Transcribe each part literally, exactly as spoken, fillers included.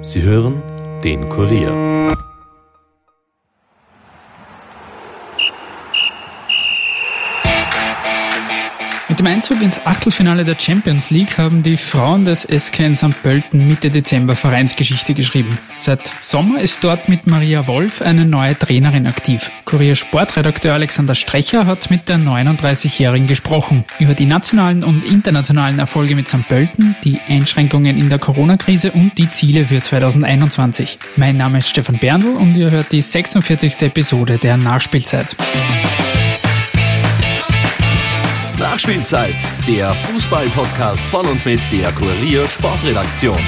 Sie hören den Kurier. Mit dem Einzug ins Achtelfinale der Champions League haben die Frauen des S K in Sankt Pölten Mitte Dezember Vereinsgeschichte geschrieben. Seit Sommer ist dort mit Maria Wolf eine neue Trainerin aktiv. Kurier-Sportredakteur Alexander Strecher hat mit der neununddreißigjährigen gesprochen. Über die nationalen und internationalen Erfolge mit Sankt Pölten, die Einschränkungen in der Corona-Krise und die Ziele für zweitausendeinundzwanzig. Mein Name ist Stefan Berndl und ihr hört die sechsundvierzigste Episode der Nachspielzeit. Nachspielzeit, der Fußball-Podcast von und mit der Kurier Sportredaktion.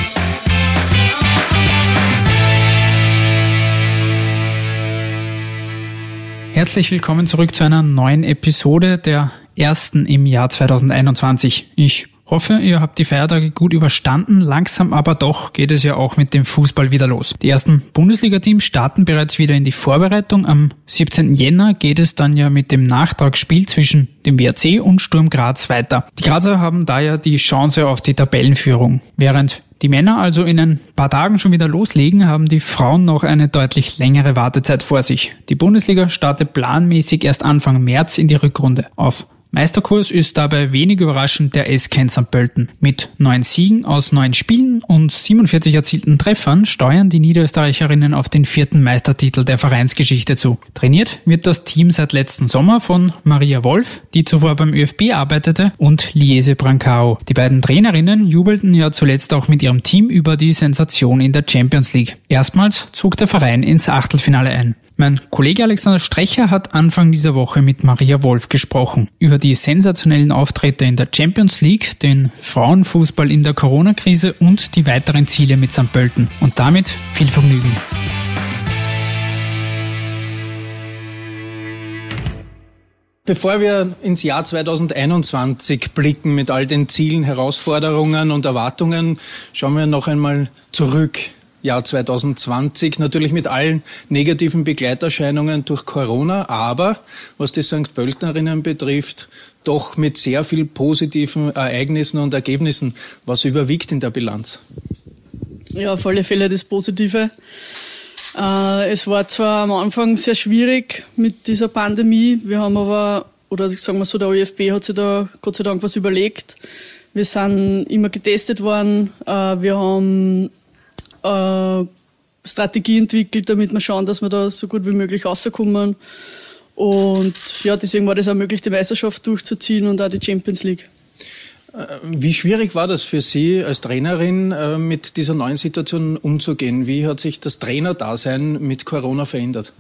Herzlich willkommen zurück zu einer neuen Episode, der ersten im Jahr zweitausendeinundzwanzig. Ich hoffe, ihr habt die Feiertage gut überstanden. Langsam aber doch geht es ja auch mit dem Fußball wieder los. Die ersten Bundesliga-Teams starten bereits wieder in die Vorbereitung. Am siebzehnten Jänner geht es dann ja mit dem Nachtragsspiel zwischen dem W R C und Sturm Graz weiter. Die Grazer haben daher die Chance auf die Tabellenführung. Während die Männer also in ein paar Tagen schon wieder loslegen, haben die Frauen noch eine deutlich längere Wartezeit vor sich. Die Bundesliga startet planmäßig erst Anfang März in die Rückrunde. Auf Meisterkurs ist dabei wenig überraschend der S K in Sankt Pölten. Mit neun Siegen aus neun Spielen und siebenundvierzig erzielten Treffern steuern die Niederösterreicherinnen auf den vierten Meistertitel der Vereinsgeschichte zu. Trainiert wird das Team seit letzten Sommer von Maria Wolf, die zuvor beim ÖFB arbeitete, und Liese Brancao. Die beiden Trainerinnen jubelten ja zuletzt auch mit ihrem Team über die Sensation in der Champions League. Erstmals zog der Verein ins Achtelfinale ein. Mein Kollege Alexander Strecher hat Anfang dieser Woche mit Maria Wolf gesprochen. Über die sensationellen Auftritte in der Champions League, den Frauenfußball in der Corona-Krise und die weiteren Ziele mit Sankt Pölten. Und damit viel Vergnügen. Bevor wir ins Jahr zweitausendeinundzwanzig blicken mit all den Zielen, Herausforderungen und Erwartungen, schauen wir noch einmal zurück. Jahr zweitausendzwanzig, natürlich mit allen negativen Begleiterscheinungen durch Corona, aber was die Sankt Pöltenerinnen betrifft, doch mit sehr viel positiven Ereignissen und Ergebnissen. Was überwiegt in der Bilanz? Ja, auf alle Fälle das Positive. Äh, es war zwar am Anfang sehr schwierig mit dieser Pandemie, wir haben aber, oder sagen wir so, der ÖFB hat sich da Gott sei Dank was überlegt. Wir sind immer getestet worden, äh, wir haben Äh, Strategie entwickelt, damit wir schauen, dass wir da so gut wie möglich rauskommen. Und ja, deswegen war das auch möglich, die Meisterschaft durchzuziehen und auch die Champions League. Wie schwierig war das für Sie als Trainerin, mit dieser neuen Situation umzugehen? Wie hat sich das Trainerdasein mit Corona verändert?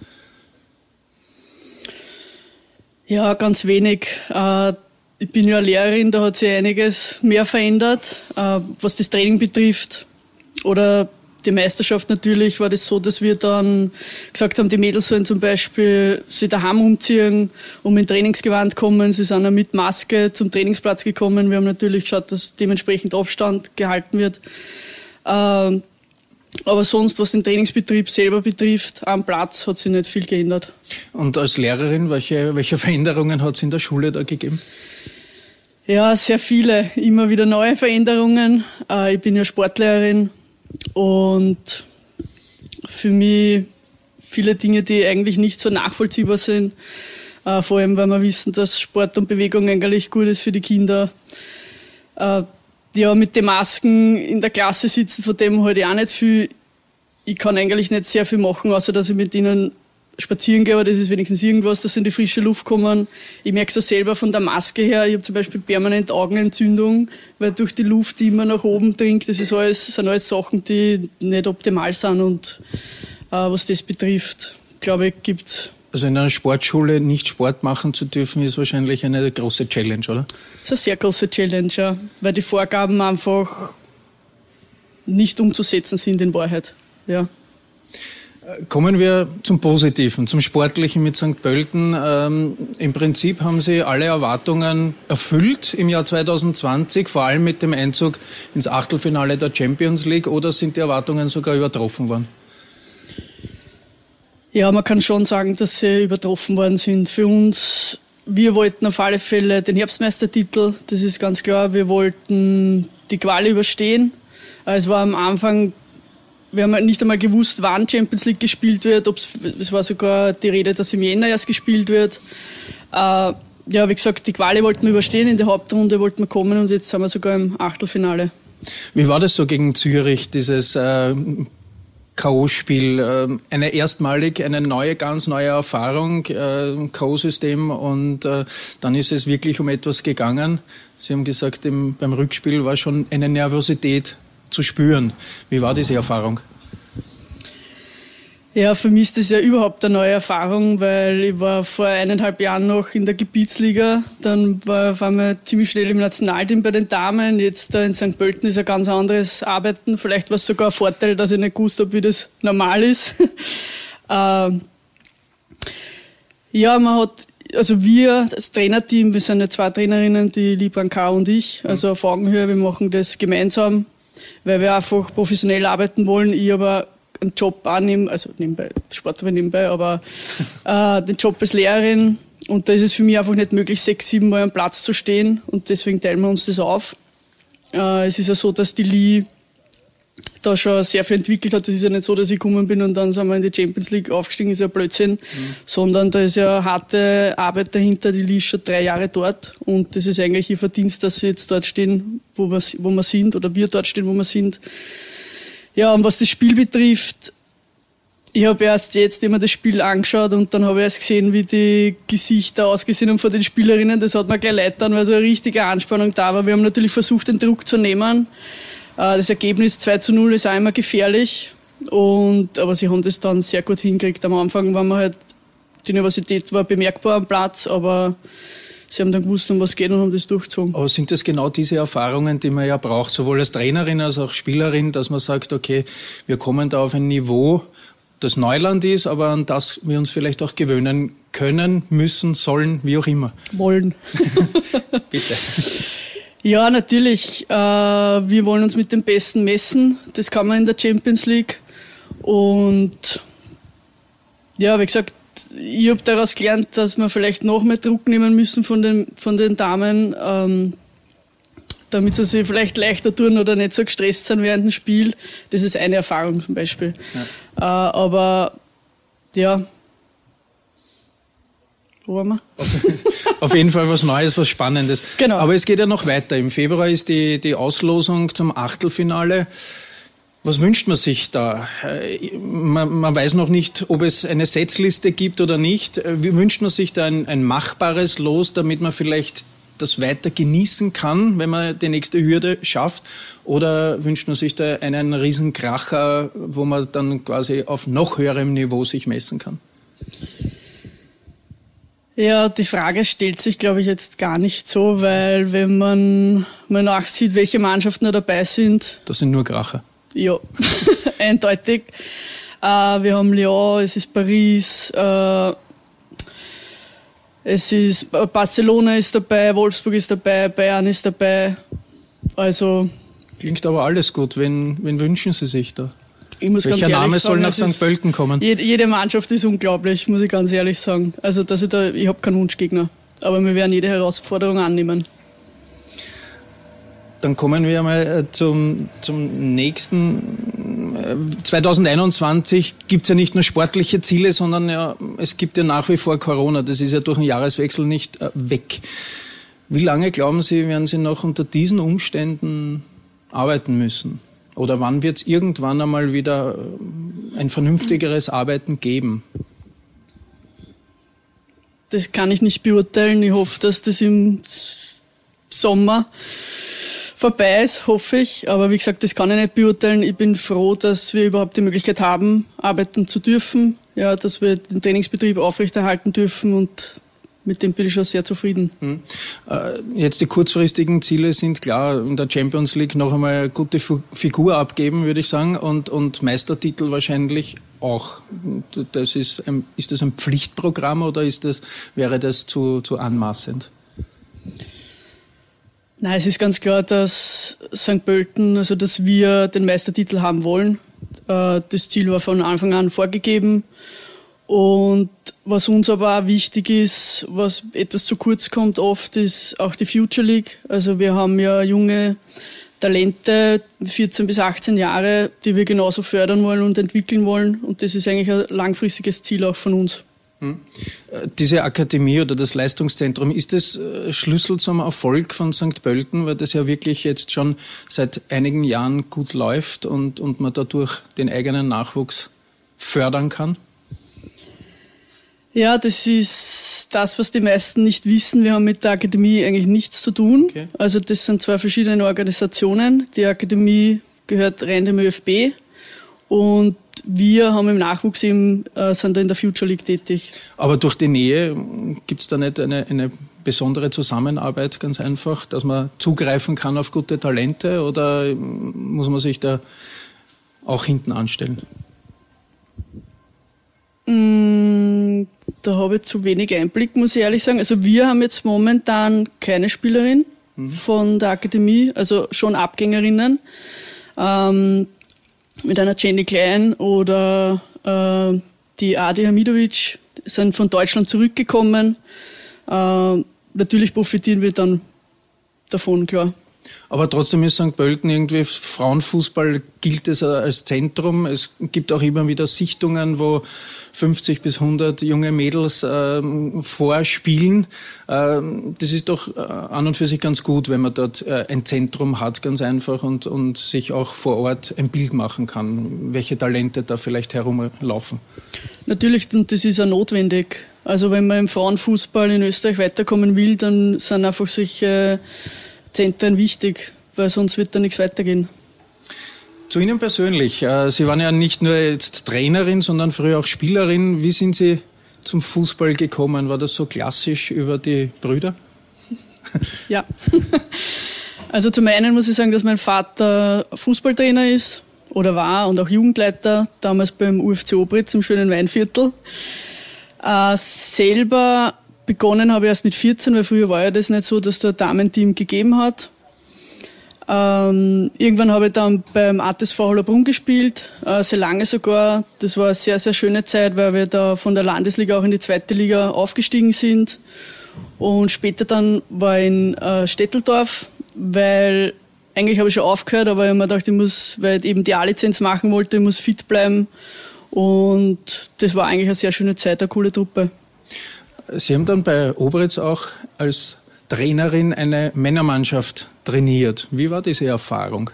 Ja, ganz wenig. Ich bin ja Lehrerin, da hat sich einiges mehr verändert, was das Training betrifft. Oder die Meisterschaft natürlich war das so, dass wir dann gesagt haben, die Mädels sollen zum Beispiel sich daheim umziehen, um in Trainingsgewand kommen. Sie sind auch mit Maske zum Trainingsplatz gekommen. Wir haben natürlich geschaut, dass dementsprechend Abstand gehalten wird. Aber sonst, was den Trainingsbetrieb selber betrifft, am Platz hat sich nicht viel geändert. Und als Lehrerin, welche, welche Veränderungen hat es in der Schule da gegeben? Ja, sehr viele. Immer wieder neue Veränderungen. Ich bin ja Sportlehrerin. Und für mich viele Dinge, die eigentlich nicht so nachvollziehbar sind, äh, vor allem weil wir wissen, dass Sport und Bewegung eigentlich gut ist für die Kinder. Äh, ja, mit den Masken in der Klasse sitzen, von dem halte ich auch nicht viel. Ich kann eigentlich nicht sehr viel machen, außer dass ich mit ihnen spazieren gehe, aber das ist wenigstens irgendwas, dass sie in die frische Luft kommen. Ich merke es auch selber von der Maske her. Ich habe zum Beispiel permanent Augenentzündung, weil durch die Luft, die immer nach oben dringt, das ist alles, das sind alles Sachen, die nicht optimal sind. Und äh, was das betrifft, glaube ich, gibt's. Also in einer Sportschule nicht Sport machen zu dürfen, ist wahrscheinlich eine große Challenge, oder? Das ist eine sehr große Challenge, ja, weil die Vorgaben einfach nicht umzusetzen sind in Wahrheit. Ja. Kommen wir zum Positiven, zum Sportlichen mit Sankt Pölten. Ähm, Im Prinzip haben Sie alle Erwartungen erfüllt im Jahr zweitausendzwanzig, vor allem mit dem Einzug ins Achtelfinale der Champions League, oder sind die Erwartungen sogar übertroffen worden? Ja, man kann schon sagen, dass sie übertroffen worden sind. Für uns, wir wollten auf alle Fälle den Herbstmeistertitel, das ist ganz klar. Wir wollten die Quali überstehen. Es war am Anfang wir haben nicht einmal gewusst, wann Champions League gespielt wird. Ob's, es war sogar die Rede, dass im Jänner erst gespielt wird. Äh, ja, wie gesagt, die Quali wollten wir überstehen, in der Hauptrunde wollten wir kommen und jetzt sind wir sogar im Achtelfinale. Wie war das so gegen Zürich, dieses äh, K O-Spiel? Äh, eine erstmalig, eine neue, ganz neue Erfahrung, äh, K O-System und äh, dann ist es wirklich um etwas gegangen. Sie haben gesagt, im, beim Rückspiel war schon eine Nervosität zu spüren. Wie war diese Erfahrung? Ja, für mich ist das ja überhaupt eine neue Erfahrung, weil ich war vor eineinhalb Jahren noch in der Gebietsliga, dann war, waren wir ziemlich schnell im Nationalteam bei den Damen, jetzt da in Sankt Pölten ist ein ganz anderes Arbeiten, vielleicht war es sogar ein Vorteil, dass ich nicht gewusst habe, wie das normal ist. äh, ja, man hat, also wir, das Trainerteam, wir sind ja zwei Trainerinnen, die Libran K. und ich, also auf Augenhöhe, wir machen das gemeinsam, weil wir einfach professionell arbeiten wollen, ich aber einen Job annehme, also nebenbei, Sportlerin nebenbei, aber äh, den Job als Lehrerin. Und da ist es für mich einfach nicht möglich, sechs, sieben Mal am Platz zu stehen. Und deswegen teilen wir uns das auf. Äh, es ist ja so, dass die Li da schon sehr viel entwickelt hat. Es ist ja nicht so, dass ich gekommen bin und dann sind wir in die Champions League aufgestiegen, ist ja Blödsinn. Mhm. Sondern da ist ja harte Arbeit dahinter. Die Li ist schon drei Jahre dort. Und das ist eigentlich ihr Verdienst, dass sie jetzt dort stehen, wo wir, wo wir sind, oder wir dort stehen, wo wir sind. Ja, und was das Spiel betrifft, ich habe erst jetzt immer das Spiel angeschaut und dann habe ich erst gesehen, wie die Gesichter ausgesehen haben von den Spielerinnen. Das hat mir gleich leid getan, weil so eine richtige Anspannung da war. Wir haben natürlich versucht, den Druck zu nehmen. Das Ergebnis zwei zu null ist auch immer gefährlich. Und, aber sie haben das dann sehr gut hingekriegt. Am Anfang war man halt, die Universität war bemerkbar am Platz, aber sie haben dann gewusst, um was es geht und haben das durchgezogen. Aber sind das genau diese Erfahrungen, die man ja braucht, sowohl als Trainerin als auch Spielerin, dass man sagt, okay, wir kommen da auf ein Niveau, das Neuland ist, aber an das wir uns vielleicht auch gewöhnen können, müssen, sollen, wie auch immer. Wollen. Bitte. Ja, natürlich. Äh, wir wollen uns mit den Besten messen. Das kann man in der Champions League. Und ja, wie gesagt, ich habe daraus gelernt, dass wir vielleicht noch mehr Druck nehmen müssen von den, von den Damen, ähm, damit sie sich vielleicht leichter tun oder nicht so gestresst sind während dem Spiel. Das ist eine Erfahrung zum Beispiel. Ja. Äh, aber ja, wo waren wir? Auf, auf jeden Fall was Neues, was Spannendes. Genau. Aber es geht ja noch weiter. Im Februar ist die, die Auslosung zum Achtelfinale. Was wünscht man sich da? Man, man weiß noch nicht, ob es eine Setzliste gibt oder nicht. Wie wünscht man sich da ein, ein machbares Los, damit man vielleicht das weiter genießen kann, wenn man die nächste Hürde schafft? Oder wünscht man sich da einen Riesenkracher, wo man dann quasi auf noch höherem Niveau sich messen kann? Ja, die Frage stellt sich, glaube ich, jetzt gar nicht so, weil wenn man mal nachsieht, welche Mannschaften da dabei sind. Das sind nur Kracher. Ja, eindeutig. Äh, wir haben Lyon, es ist Paris, äh, es ist Barcelona ist dabei, Wolfsburg ist dabei, Bayern ist dabei. Also klingt aber alles gut. Wen, wen wünschen Sie sich da? Ich muss Welcher ganz ehrlich Name sagen, soll nach Sankt Pölten kommen? Jede, jede Mannschaft ist unglaublich, muss ich ganz ehrlich sagen. Also dass ich da, ich habe keinen Wunschgegner, aber wir werden jede Herausforderung annehmen. Dann kommen wir mal zum, zum nächsten. zwanzig einundzwanzig gibt es ja nicht nur sportliche Ziele, sondern ja, es gibt ja nach wie vor Corona. Das ist ja durch den Jahreswechsel nicht weg. Wie lange, glauben Sie, werden Sie noch unter diesen Umständen arbeiten müssen? Oder wann wird es irgendwann einmal wieder ein vernünftigeres Arbeiten geben? Das kann ich nicht beurteilen. Ich hoffe, dass das im Sommer vorbei ist, hoffe ich. Aber wie gesagt, das kann ich nicht beurteilen. Ich bin froh, dass wir überhaupt die Möglichkeit haben, arbeiten zu dürfen. Ja, dass wir den Trainingsbetrieb aufrechterhalten dürfen und mit dem bin ich schon sehr zufrieden. Hm. Jetzt die kurzfristigen Ziele sind klar, in der Champions League noch einmal eine gute Figur abgeben, würde ich sagen, und, und Meistertitel wahrscheinlich auch. Das ist, ein, ist das ein Pflichtprogramm oder ist das, wäre das zu, zu anmaßend? Nein, es ist ganz klar, dass Sankt Pölten, also dass wir den Meistertitel haben wollen. Das Ziel war von Anfang an vorgegeben. Und was uns aber auch wichtig ist, was etwas zu kurz kommt oft, ist auch die Future League. Also wir haben ja junge Talente, vierzehn bis achtzehn Jahre, die wir genauso fördern wollen und entwickeln wollen. Und das ist eigentlich ein langfristiges Ziel auch von uns. Hm. Diese Akademie oder das Leistungszentrum, ist das Schlüssel zum Erfolg von Sankt Pölten, weil das ja wirklich jetzt schon seit einigen Jahren gut läuft und, und man dadurch den eigenen Nachwuchs fördern kann? Ja, das ist das, was die meisten nicht wissen. Wir haben mit der Akademie eigentlich nichts zu tun. Okay. Also das sind zwei verschiedene Organisationen. Die Akademie gehört rein dem ÖFB und wir haben im Nachwuchs eben, äh, sind da in der Future League tätig. Aber durch die Nähe gibt es da nicht eine, eine besondere Zusammenarbeit, ganz einfach, dass man zugreifen kann auf gute Talente, oder muss man sich da auch hinten anstellen? Da habe ich zu wenig Einblick, muss ich ehrlich sagen. Also wir haben jetzt momentan keine Spielerin mhm. von der Akademie, also schon Abgängerinnen. Ähm, mit einer Jenny Klein oder äh, die Adi Hamidovic sind von Deutschland zurückgekommen. Äh, natürlich profitieren wir dann davon, klar. Aber trotzdem ist Sankt Pölten irgendwie, Frauenfußball gilt es als Zentrum. Es gibt auch immer wieder Sichtungen, wo fünfzig bis hundert junge Mädels äh, vorspielen. Äh, das ist doch äh, an und für sich ganz gut, wenn man dort äh, ein Zentrum hat, ganz einfach, und, und sich auch vor Ort ein Bild machen kann, welche Talente da vielleicht herumlaufen. Natürlich, und das ist auch notwendig. Also wenn man im Frauenfußball in Österreich weiterkommen will, dann sind einfach solche Zentren wichtig, weil sonst wird da nichts weitergehen. Zu Ihnen persönlich. Sie waren ja nicht nur jetzt Trainerin, sondern früher auch Spielerin. Wie sind Sie zum Fußball gekommen? War das so klassisch über die Brüder? Ja. Also zum einen muss ich sagen, dass mein Vater Fußballtrainer ist oder war und auch Jugendleiter, damals beim U F C Obritz im schönen Weinviertel. Äh, selber begonnen habe ich erst mit vierzehn, weil früher war ja das nicht so, dass da ein Damenteam gegeben hat. Ähm, irgendwann habe ich dann beim A T S V Hollerbrunn gespielt, äh, sehr lange sogar. Das war eine sehr, sehr schöne Zeit, weil wir da von der Landesliga auch in die zweite Liga aufgestiegen sind. Und später dann war ich in äh, Stetteldorf, weil eigentlich habe ich schon aufgehört, aber ich habe mir gedacht, ich muss, weil ich eben die A-Lizenz machen wollte, ich muss fit bleiben. Und das war eigentlich eine sehr schöne Zeit, eine coole Truppe. Sie haben dann bei Obritz auch als Trainerin eine Männermannschaft trainiert. Wie war diese Erfahrung?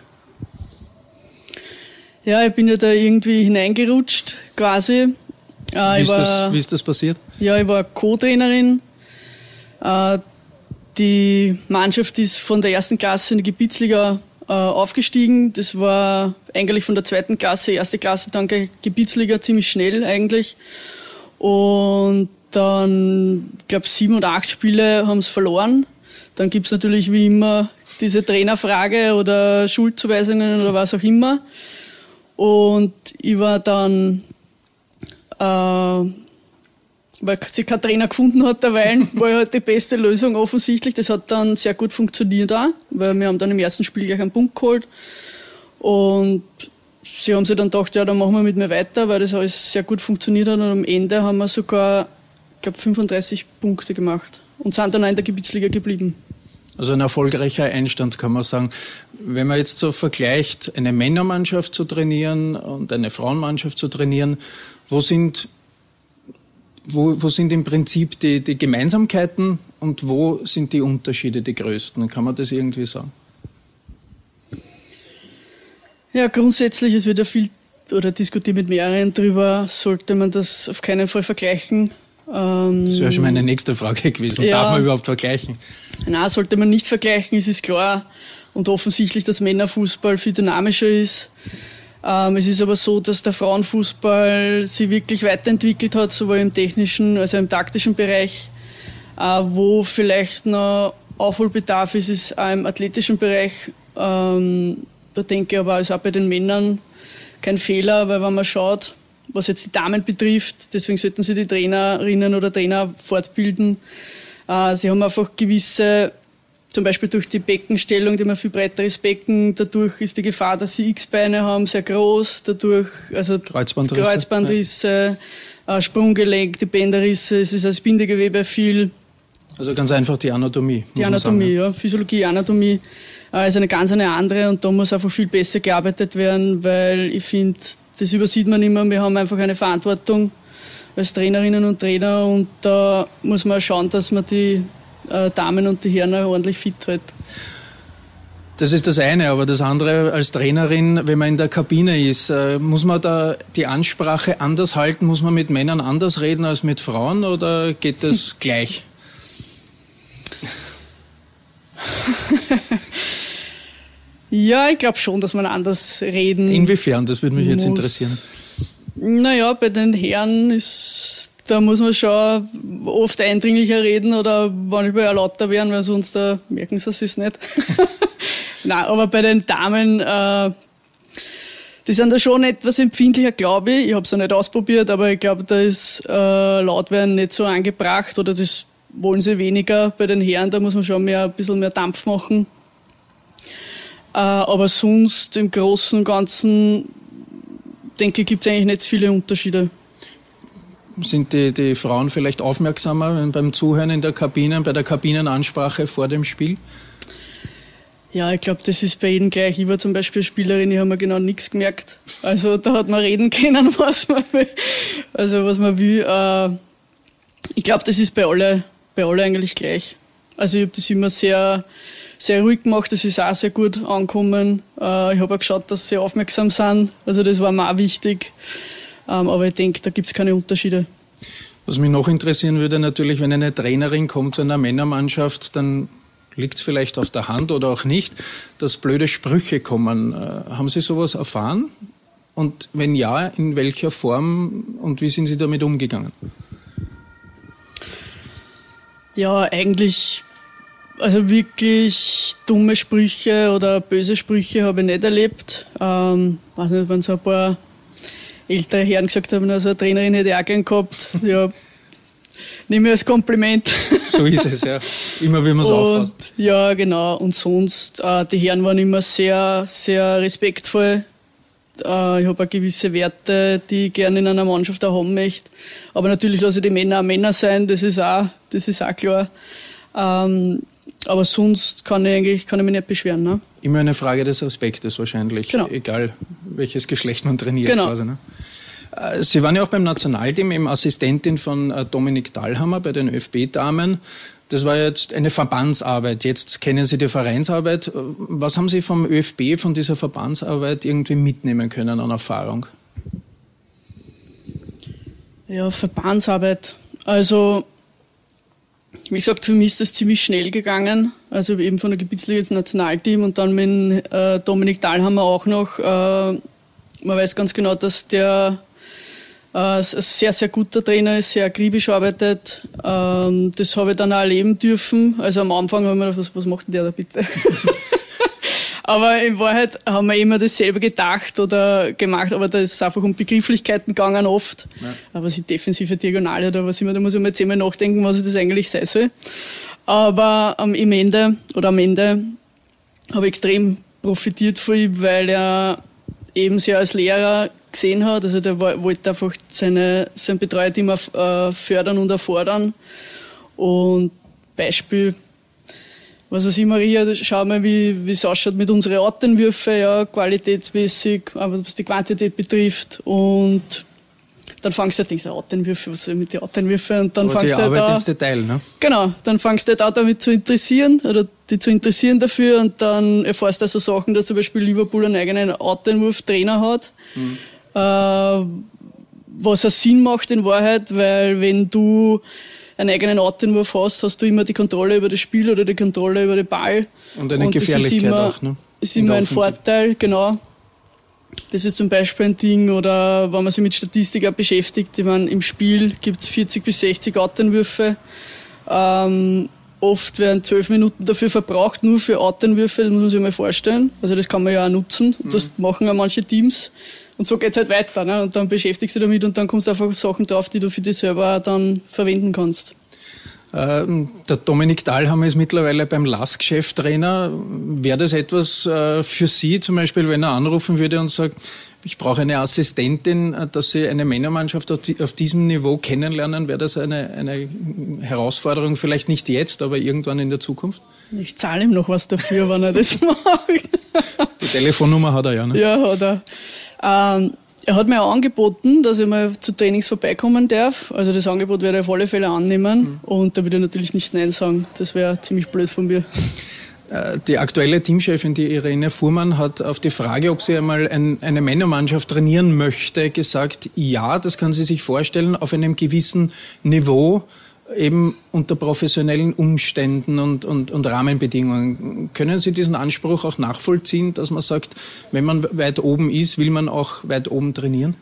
Ja, ich bin ja da irgendwie hineingerutscht, quasi. Äh, wie, ist war, das, wie ist das passiert? Ja, ich war Co-Trainerin. Äh, die Mannschaft ist von der ersten Klasse in die Gebietsliga äh, aufgestiegen. Das war eigentlich von der zweiten Klasse, erste Klasse, dann Gebietsliga, ziemlich schnell eigentlich. Und dann, ich glaube, sieben oder acht Spiele haben es verloren. Dann gibt's natürlich wie immer diese Trainerfrage oder Schuldzuweisungen oder was auch immer. Und ich war dann, äh, weil sich kein Trainer gefunden hat derweil, war halt die beste Lösung offensichtlich. Das hat dann sehr gut funktioniert auch, weil wir haben dann im ersten Spiel gleich einen Punkt geholt. Und sie haben sich dann gedacht, ja, dann machen wir mit mir weiter, weil das alles sehr gut funktioniert hat. Und am Ende haben wir sogar, ich glaube, fünfunddreißig Punkte gemacht und sind dann auch in der Gebietsliga geblieben. Also ein erfolgreicher Einstand, kann man sagen. Wenn man jetzt so vergleicht, eine Männermannschaft zu trainieren und eine Frauenmannschaft zu trainieren, wo sind, wo, wo sind im Prinzip die, die Gemeinsamkeiten und wo sind die Unterschiede die größten? Kann man das irgendwie sagen? Ja, grundsätzlich, es wird ja viel oder diskutiert mit mehreren drüber, sollte man das auf keinen Fall vergleichen. Ähm, das wäre schon meine nächste Frage gewesen. Ja, darf man überhaupt vergleichen? Nein, sollte man nicht vergleichen, es ist klar und offensichtlich, dass Männerfußball viel dynamischer ist. Ähm, es ist aber so, dass der Frauenfußball sich wirklich weiterentwickelt hat, sowohl im technischen als auch im taktischen Bereich. Äh, wo vielleicht noch Aufholbedarf ist, ist auch im athletischen Bereich. Ähm, da denke ich aber ist auch bei den Männern kein Fehler, weil wenn man schaut, was jetzt die Damen betrifft, deswegen sollten sie die Trainerinnen oder Trainer fortbilden. Äh, sie haben einfach gewisse, zum Beispiel durch die Beckenstellung, die haben ein viel breiteres Becken, dadurch ist die Gefahr, dass sie X-Beine haben, sehr groß, dadurch, also Kreuzbandrisse, Kreuzbandrisse ja. äh, Sprunggelenk, die Bänderrisse, es ist als Bindegewebe viel. Also ganz einfach die Anatomie. Die Anatomie, ja, Physiologie, Anatomie. äh, ist eine ganz eine andere und da muss einfach viel besser gearbeitet werden, weil ich finde, das übersieht man immer, wir haben einfach eine Verantwortung als Trainerinnen und Trainer und da muss man schauen, dass man die äh, Damen und die Herren ordentlich fit hält. Das ist das eine, aber das andere als Trainerin, wenn man in der Kabine ist, äh, muss man da die Ansprache anders halten? Muss man mit Männern anders reden als mit Frauen oder geht das hm. gleich? Ja, ich glaube schon, dass man anders reden Inwiefern? Das würde mich jetzt muss. interessieren. Naja, bei den Herren ist, da muss man schon oft eindringlicher reden oder manchmal auch lauter werden, weil sonst da merken sie es nicht. Nein, aber bei den Damen, äh, die sind da schon etwas empfindlicher, glaube ich. Ich habe es noch nicht ausprobiert, aber ich glaube, da ist äh, Lautwerden nicht so angebracht oder das wollen sie weniger. Bei den Herren, da muss man schon mehr, ein bisschen mehr Dampf machen. Äh, aber sonst im Großen und Ganzen, denke ich, gibt es eigentlich nicht viele Unterschiede. Sind die, die Frauen vielleicht aufmerksamer beim Zuhören in der Kabine, bei der Kabinenansprache vor dem Spiel? Ja, ich glaube, das ist bei jedem gleich. Ich war zum Beispiel Spielerin, ich habe mir genau nichts gemerkt. Also da hat man reden können, was man will. Also was man will. Äh, ich glaube, das ist bei alle, bei alle eigentlich gleich. Also ich habe das immer sehr, sehr ruhig gemacht, das ist auch sehr gut angekommen. Äh, ich habe auch geschaut, dass sie aufmerksam sind. Also das war mir auch wichtig. Ähm, aber ich denke, da gibt es keine Unterschiede. Was mich noch interessieren würde, natürlich, wenn eine Trainerin kommt zu einer Männermannschaft, dann liegt es vielleicht auf der Hand oder auch nicht, dass blöde Sprüche kommen. Äh, haben Sie sowas erfahren? Und wenn ja, in welcher Form und wie sind Sie damit umgegangen? Ja, eigentlich, also wirklich dumme Sprüche oder böse Sprüche habe ich nicht erlebt. Ähm, weiß nicht, wenn so ein paar ältere Herren gesagt haben, also eine Trainerin hätte ich auch gern gehabt. Ja, nehme ich als Kompliment. So ist es, ja. Immer wie man es auffasst. Ja, genau. Und sonst, äh, die Herren waren immer sehr, sehr respektvoll. Äh, ich habe auch gewisse Werte, die ich gerne in einer Mannschaft auch haben möchte. Aber natürlich lasse ich die Männer auch Männer sein, das ist auch, das ist auch klar. Ähm, aber sonst kann ich eigentlich, kann ich mich nicht beschweren. Ne? Immer eine Frage des Respektes wahrscheinlich. Genau. Egal, welches Geschlecht man trainiert. Genau. Quasi, ne? Sie waren ja auch beim Nationalteam eben Assistentin von Dominik Dahlhammer bei den ÖFB-Damen. Das war jetzt eine Verbandsarbeit. Jetzt kennen Sie die Vereinsarbeit. Was haben Sie vom ÖFB, von dieser Verbandsarbeit irgendwie mitnehmen können an Erfahrung? Ja, Verbandsarbeit. Also, wie gesagt, für mich ist das ziemlich schnell gegangen. Also eben von der Gebietsliga ins Nationalteam und dann mit äh, Dominik Dahlhammer auch noch. Äh, man weiß ganz genau, dass der ein sehr, sehr guter Trainer ist, sehr akribisch arbeitet. Das habe ich dann auch erleben dürfen. Also am Anfang haben wir gedacht, was, was macht denn der da bitte? Aber in Wahrheit haben wir immer dasselbe gedacht oder gemacht, aber da ist es einfach um Begrifflichkeiten gegangen oft. Ja. Aber die defensive Diagonale oder was immer, da muss ich mal zehnmal nachdenken, was das eigentlich sein soll. Aber am Ende, oder am Ende habe ich extrem profitiert von ihm, weil er eben sehr als Lehrer gesehen hat. Also der wollte einfach seine, sein Betreuerteam äh, fördern und erfordern. Und Beispiel, was weiß ich, Maria, schau mal, wie wie es ausschaut mit unseren Outtenwürfen, ja, qualitätsmäßig, aber was die Quantität betrifft. Und dann fangst du halt denkst, Outtenwürfe, was soll mit den Outtenwürfen? Und dann aber fangst die du Arbeit halt ins Detail, ne? Genau, dann fangst du halt auch damit zu interessieren oder die zu interessieren dafür und dann erfährst du so Sachen, dass zum Beispiel Liverpool einen eigenen Outtenwurf-Trainer hat, mhm. äh, was einen Sinn macht in Wahrheit, weil wenn du einen eigenen Outtenwurf hast, hast du immer die Kontrolle über das Spiel oder die Kontrolle über den Ball. Und eine und Gefährlichkeit ist immer, auch, ne? Ist immer ein Vorteil, genau. Das ist zum Beispiel ein Ding, oder wenn man sich mit Statistik auch beschäftigt, ich meine, im Spiel gibt es vierzig bis sechzig Outtenwürfe. Ähm, oft werden zwölf Minuten dafür verbraucht, nur für Outtenwürfe, das muss man sich mal vorstellen. Also das kann man ja auch nutzen, mhm. das machen auch manche Teams. Und so geht's halt weiter, ne? Und dann beschäftigst du dich damit und dann kommst du einfach auf Sachen drauf, die du für dich selber dann verwenden kannst. Der Dominik Dahlhammer ist mittlerweile beim L A S K-Cheftrainer. Wäre das etwas für Sie, zum Beispiel, wenn er anrufen würde und sagt, ich brauche eine Assistentin, dass Sie eine Männermannschaft auf diesem Niveau kennenlernen? Wäre das eine, eine Herausforderung? Vielleicht nicht jetzt, aber irgendwann in der Zukunft? Ich zahle ihm noch was dafür, wenn er das macht. Die Telefonnummer hat er ja, ne? Ja, hat er. Ähm, er hat mir auch angeboten, dass ich mal zu Trainings vorbeikommen darf. Also das Angebot werde ich auf alle Fälle annehmen. Mhm. Und da würde ich natürlich nicht Nein sagen. Das wäre ziemlich blöd von mir. Die aktuelle Teamchefin, die Irene Fuhrmann, hat auf die Frage, ob sie einmal ein, eine Männermannschaft trainieren möchte, gesagt, ja, das kann sie sich vorstellen, auf einem gewissen Niveau, eben unter professionellen Umständen und, und, und Rahmenbedingungen. Können Sie diesen Anspruch auch nachvollziehen, dass man sagt, wenn man weit oben ist, will man auch weit oben trainieren?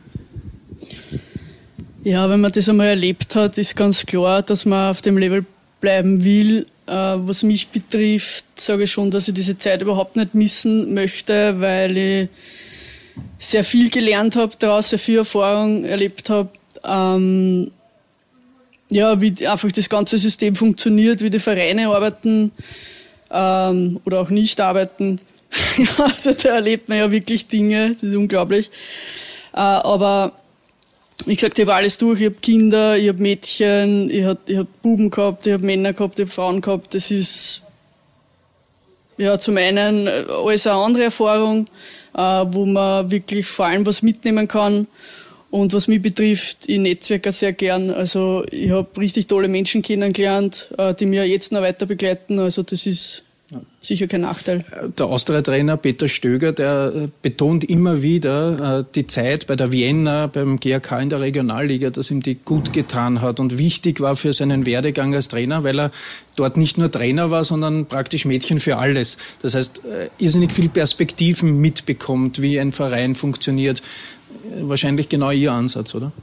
Ja, wenn man das einmal erlebt hat, ist ganz klar, dass man auf dem Level bleiben will. Was mich betrifft, sage ich schon, dass ich diese Zeit überhaupt nicht missen möchte, weil ich sehr viel gelernt habe daraus, sehr viel Erfahrung erlebt habe. Ähm, ja, wie einfach das ganze System funktioniert, wie die Vereine arbeiten ähm, oder auch nicht arbeiten. Ja, also da erlebt man ja wirklich Dinge, das ist unglaublich. Äh, aber wie gesagt, ich habe alles durch. Ich habe Kinder, ich habe Mädchen, ich habe ich hab Buben gehabt, ich habe Männer gehabt, ich habe Frauen gehabt. Das ist ja zum einen alles eine andere Erfahrung, äh, wo man wirklich vor allem was mitnehmen kann. Und was mich betrifft, ich netzwerke sehr gern. Also ich habe richtig tolle Menschen kennengelernt, äh, die mir jetzt noch weiter begleiten. Also das ist sicher kein Nachteil. Der Austria-Trainer Peter Stöger, der betont immer wieder die Zeit bei der Vienna, beim G A K in der Regionalliga, dass ihm die gut getan hat und wichtig war für seinen Werdegang als Trainer, weil er dort nicht nur Trainer war, sondern praktisch Mädchen für alles. Das heißt, irrsinnig viel Perspektiven mitbekommt, wie ein Verein funktioniert. Wahrscheinlich genau Ihr Ansatz, oder?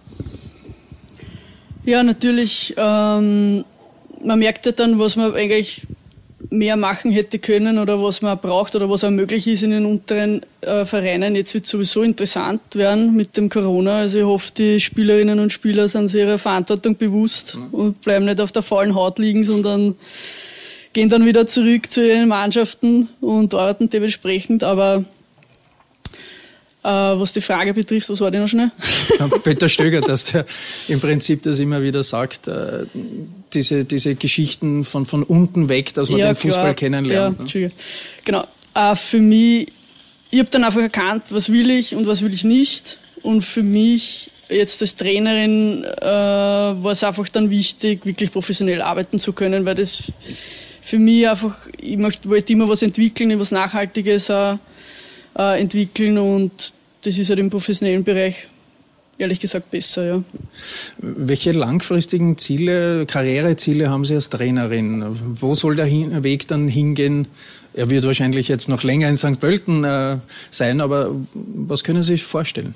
Ja, natürlich. Ähm, man merkt ja dann, was man eigentlich mehr machen hätte können oder was man braucht oder was auch möglich ist in den unteren äh, Vereinen. Jetzt wird es sowieso interessant werden mit dem Corona. Also ich hoffe, die Spielerinnen und Spieler sind sich ihrer Verantwortung bewusst mhm. und bleiben nicht auf der faulen Haut liegen, sondern gehen dann wieder zurück zu ihren Mannschaften und arbeiten dementsprechend. Aber äh, was die Frage betrifft, was war die noch schnell? Ja, Peter Stöger, dass der im Prinzip das immer wieder sagt, äh, diese, diese Geschichten von, von unten weg, dass man ja, den Fußball klar. kennenlernt. Ja, Entschuldigung. Genau. Äh, für mich, ich habe dann einfach erkannt, was will ich und was will ich nicht. Und für mich jetzt als Trainerin äh, war es einfach dann wichtig, wirklich professionell arbeiten zu können, weil das für mich einfach, ich möchte, wollte immer was entwickeln, was Nachhaltiges auch, äh, entwickeln und das ist halt im professionellen Bereich ehrlich gesagt besser, ja. Welche langfristigen Ziele, Karriereziele haben Sie als Trainerin? Wo soll der Weg dann hingehen? Er wird wahrscheinlich jetzt noch länger in Sankt Pölten äh, sein, aber was können Sie sich vorstellen?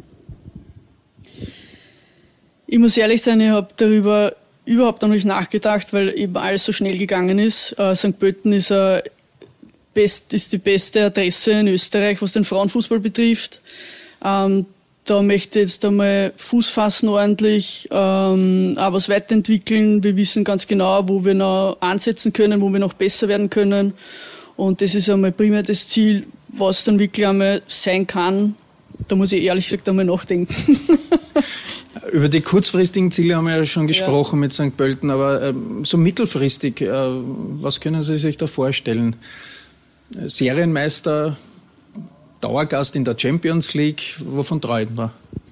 Ich muss ehrlich sein, ich habe darüber überhaupt noch nicht nachgedacht, weil eben alles so schnell gegangen ist. Äh, Sankt Pölten ist, äh, best, ist die beste Adresse in Österreich, was den Frauenfußball betrifft. Ähm, Da möchte ich jetzt einmal Fuß fassen ordentlich, ähm, auch was weiterentwickeln. Wir wissen ganz genau, wo wir noch ansetzen können, wo wir noch besser werden können. Und das ist einmal primär das Ziel, was dann wirklich einmal sein kann. Da muss ich ehrlich gesagt einmal nachdenken. Über die kurzfristigen Ziele haben wir ja schon gesprochen ja. mit Sankt Pölten, aber ähm, so mittelfristig, äh, was können Sie sich da vorstellen? Serienmeister, Dauergast in der Champions League, wovon träumt man?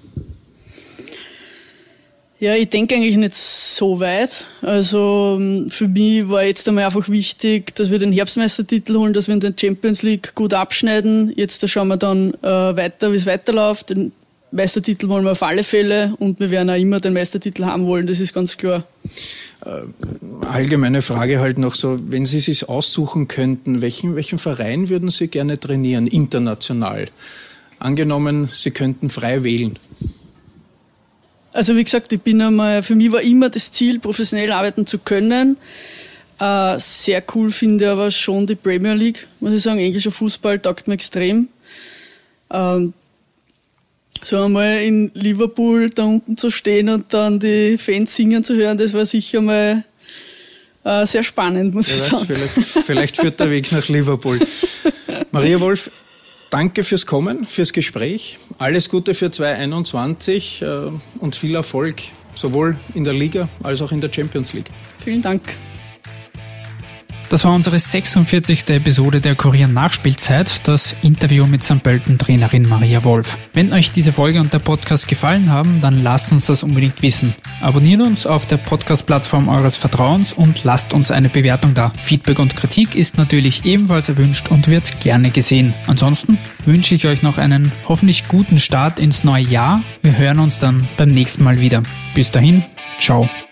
Ja, ich denke eigentlich nicht so weit. Also für mich war jetzt einmal einfach wichtig, dass wir den Herbstmeistertitel holen, dass wir in der Champions League gut abschneiden. Jetzt da schauen wir dann äh, weiter, wie es weiterläuft. Den Meistertitel wollen wir auf alle Fälle und wir werden auch immer den Meistertitel haben wollen, das ist ganz klar. Äh, allgemeine Frage halt noch so, wenn Sie sich aussuchen könnten, welchen, welchen Verein würden Sie gerne trainieren, international? Angenommen, Sie könnten frei wählen. Also wie gesagt, ich bin einmal, für mich war immer das Ziel, professionell arbeiten zu können. Äh, sehr cool finde ich aber schon die Premier League, muss ich sagen. Englischer Fußball taugt mir extrem. Ähm, so einmal in Liverpool da unten zu stehen und dann die Fans singen zu hören, das war sicher mal äh, sehr spannend, muss ich sagen. Vielleicht, vielleicht führt der Weg nach Liverpool. Maria Wolf, danke fürs Kommen, fürs Gespräch. Alles Gute für zwanzig einundzwanzig äh, und viel Erfolg, sowohl in der Liga als auch in der Champions League. Vielen Dank. Das war unsere sechsundvierzigste Episode der Kurier Nachspielzeit, das Interview mit Sankt Pölten-Trainerin Maria Wolf. Wenn euch diese Folge und der Podcast gefallen haben, dann lasst uns das unbedingt wissen. Abonniert uns auf der Podcast-Plattform eures Vertrauens und lasst uns eine Bewertung da. Feedback und Kritik ist natürlich ebenfalls erwünscht und wird gerne gesehen. Ansonsten wünsche ich euch noch einen hoffentlich guten Start ins neue Jahr. Wir hören uns dann beim nächsten Mal wieder. Bis dahin, ciao.